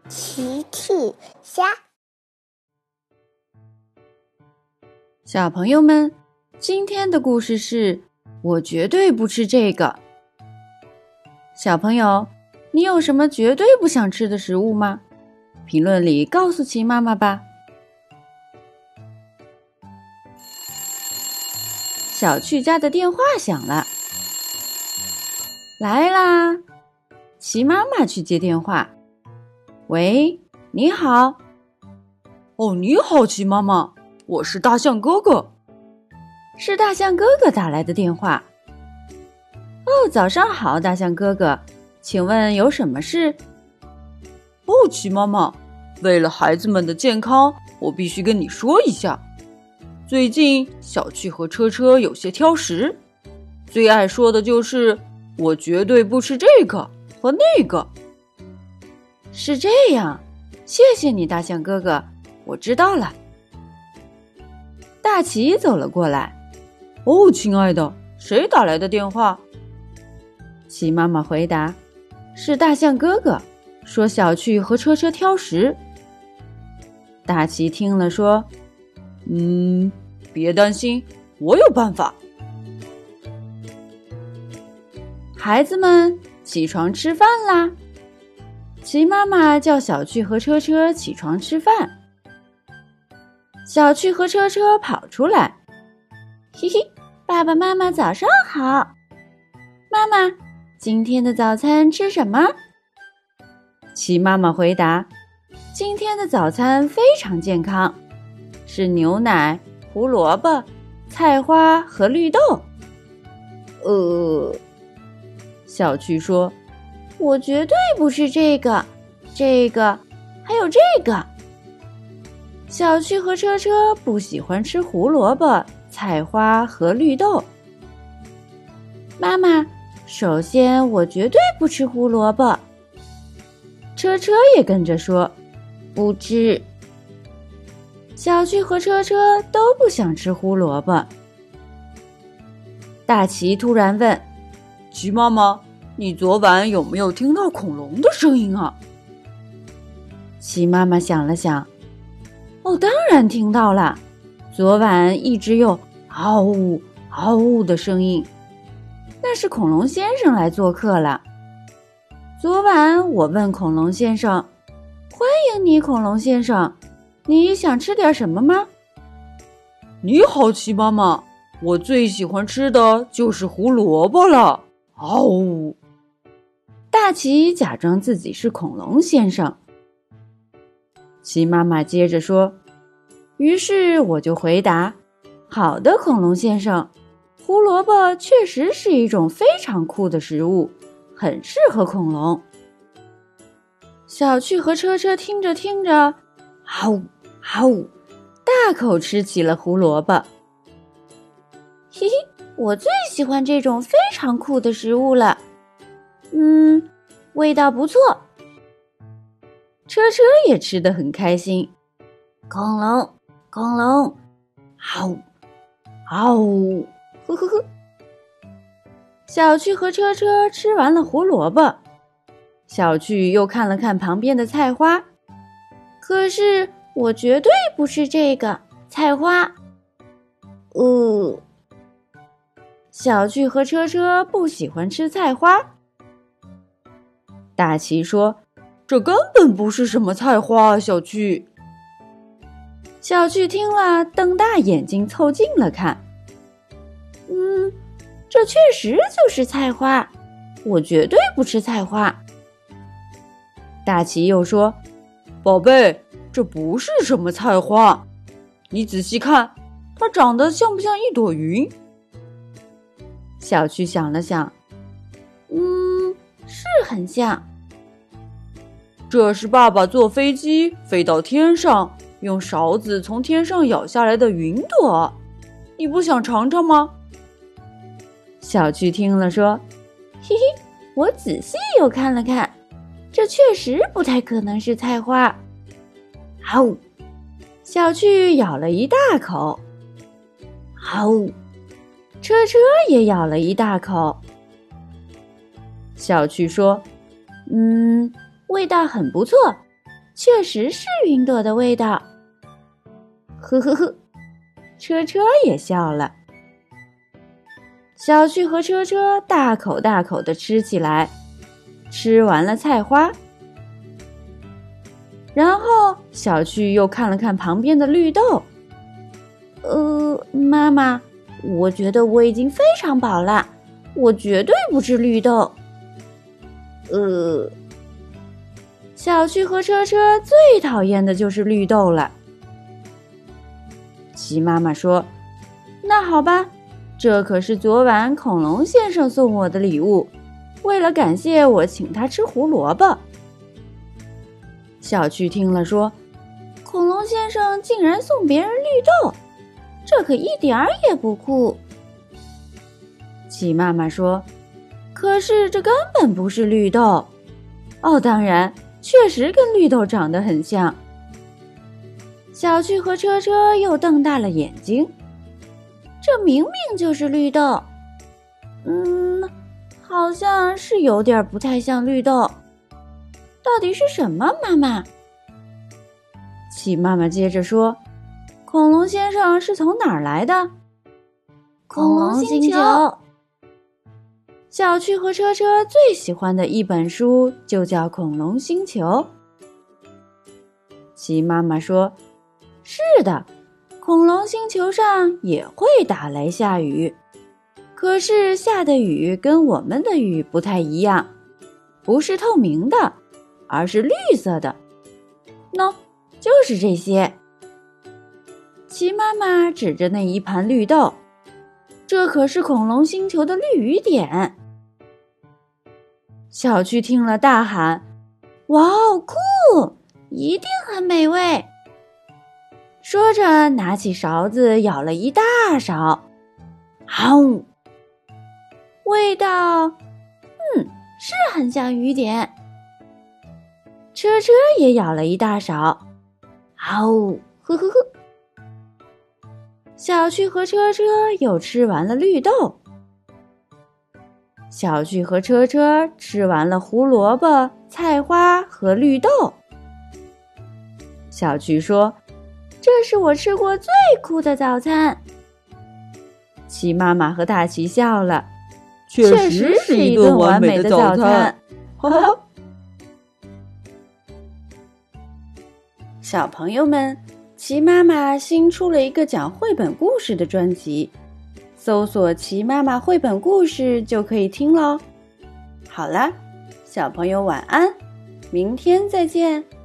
奇趣虾。 小朋友们，今天的故事是我绝对不吃这个。小朋友，你有什么绝对不想吃的食物吗？评论里告诉奇妈妈吧。小趣家的电话响了，来啦！奇妈妈去接电话。喂，你好。 哦，你好，奇妈妈，我是大象哥哥。 是大象哥哥打来的电话。哦，早上好，大象哥哥，请问有什么事？ 哦，奇妈妈，为了孩子们的健康，我必须跟你说一下。最近小趣和车车有些挑食，最爱说的就是我绝对不吃这个和那个。 是这样，谢谢你，大象哥哥，我知道了。大奇走了过来。 哦，亲爱的，谁打来的电话？ 奇妈妈回答，是大象哥哥，说小趣和车车挑食。大奇听了说， 别担心，我有办法。 孩子们，起床吃饭啦！奇妈妈叫小趣和车车起床吃饭。小趣和车车跑出来，嘿嘿，爸爸妈妈早上好。妈妈，今天的早餐吃什么？奇妈妈回答，今天的早餐非常健康，是牛奶、胡萝卜、菜花和绿豆。小趣说，我绝对不是这个，还有这个。小趣和车车不喜欢吃胡萝卜、菜花和绿豆。妈妈，首先我绝对不吃胡萝卜。车车也跟着说，不吃。小趣和车车都不想吃胡萝卜。大奇突然问， 奇妈妈，你昨晚有没有听到恐龙的声音啊？ 奇妈妈想了想，当然听到了，昨晚一直有嗷呜嗷呜的声音，那是恐龙先生来做客了。昨晚我问恐龙先生，欢迎你，恐龙先生，你想吃点什么吗？ 你好，奇妈妈，我最喜欢吃的就是胡萝卜了。嗷呜！ 大奇假装自己是恐龙先生。奇妈妈接着说，于是我就回答，好的，恐龙先生，胡萝卜确实是一种非常酷的食物，很适合恐龙。小趣和车车听着听着，嗷呜嗷呜，大口吃起了胡萝卜。嘿嘿，我最喜欢这种非常酷的食物了。味道不错。车车也吃得很开心。恐龙，恐龙，嗷呜嗷呜，呵呵呵。小趣和车车吃完了胡萝卜，小趣又看了看旁边的菜花，可是我绝对不吃这个菜花。小趣和车车不喜欢吃菜花。大奇说， 这根本不是什么菜花啊，小趣。 小趣听了，瞪大眼睛凑近了看。这确实就是菜花，我绝对不吃菜花。大奇又说， 宝贝，这不是什么菜花，你仔细看，它长得像不像一朵云？ 小趣想了想，是很像。 这是爸爸坐飞机飞到天上，用勺子从天上舀下来的云朵，你不想尝尝吗？ 小趣听了说，嘿嘿，我仔细又看了看，这确实不太可能是菜花。嗷呜！小趣咬了一大口。嗷呜！车车也咬了一大口。小趣说，味道很不错， 确实是云朵的味道。呵呵呵，车车也笑了。小趣和车车大口大口地吃起来，吃完了菜花。然后小趣又看了看旁边的绿豆。妈妈，我觉得我已经非常饱了，我绝对不吃绿豆。小趣和车车最讨厌的就是绿豆了。鸡妈妈说：“那好吧，这可是昨晚恐龙先生送我的礼物，为了感谢我，请他吃胡萝卜。”小趣听了说：“恐龙先生竟然送别人绿豆，这可一点儿也不酷。”鸡妈妈说：“可是这根本不是绿豆。”哦，当然，确实跟绿豆长得很像。小趣和车车又瞪大了眼睛，这明明就是绿豆。好像是有点不太像绿豆。到底是什么，妈妈？鸡妈妈接着说：“恐龙先生是从哪儿来的？” 恐龙星球。 小趣和车车最喜欢的一本书就叫《恐龙星球》。鸡妈妈说：“是的，恐龙星球上也会打雷下雨，可是下的雨跟我们的雨不太一样，不是透明的，而是绿色的。喏，就是这些。”鸡妈妈指着那一盘绿豆，这可是恐龙星球的绿雨点。小趣听了大喊：“哇哦，酷！一定很美味！”说着拿起勺子舀了一大勺。嗷！味道是很像雨点。车车也舀了一大勺。嗷！呵呵呵。小趣和车车又吃完了绿豆。小趣和车车吃完了胡萝卜、菜花和绿豆。小趣说：“这是我吃过最酷的早餐。”齐妈妈和大齐笑了， 确实是一顿完美的早餐。哈哈。 小朋友们，齐妈妈新出了一个讲绘本故事的专辑，搜索齐妈妈绘本故事就可以听咯。好啦，小朋友晚安，明天再见。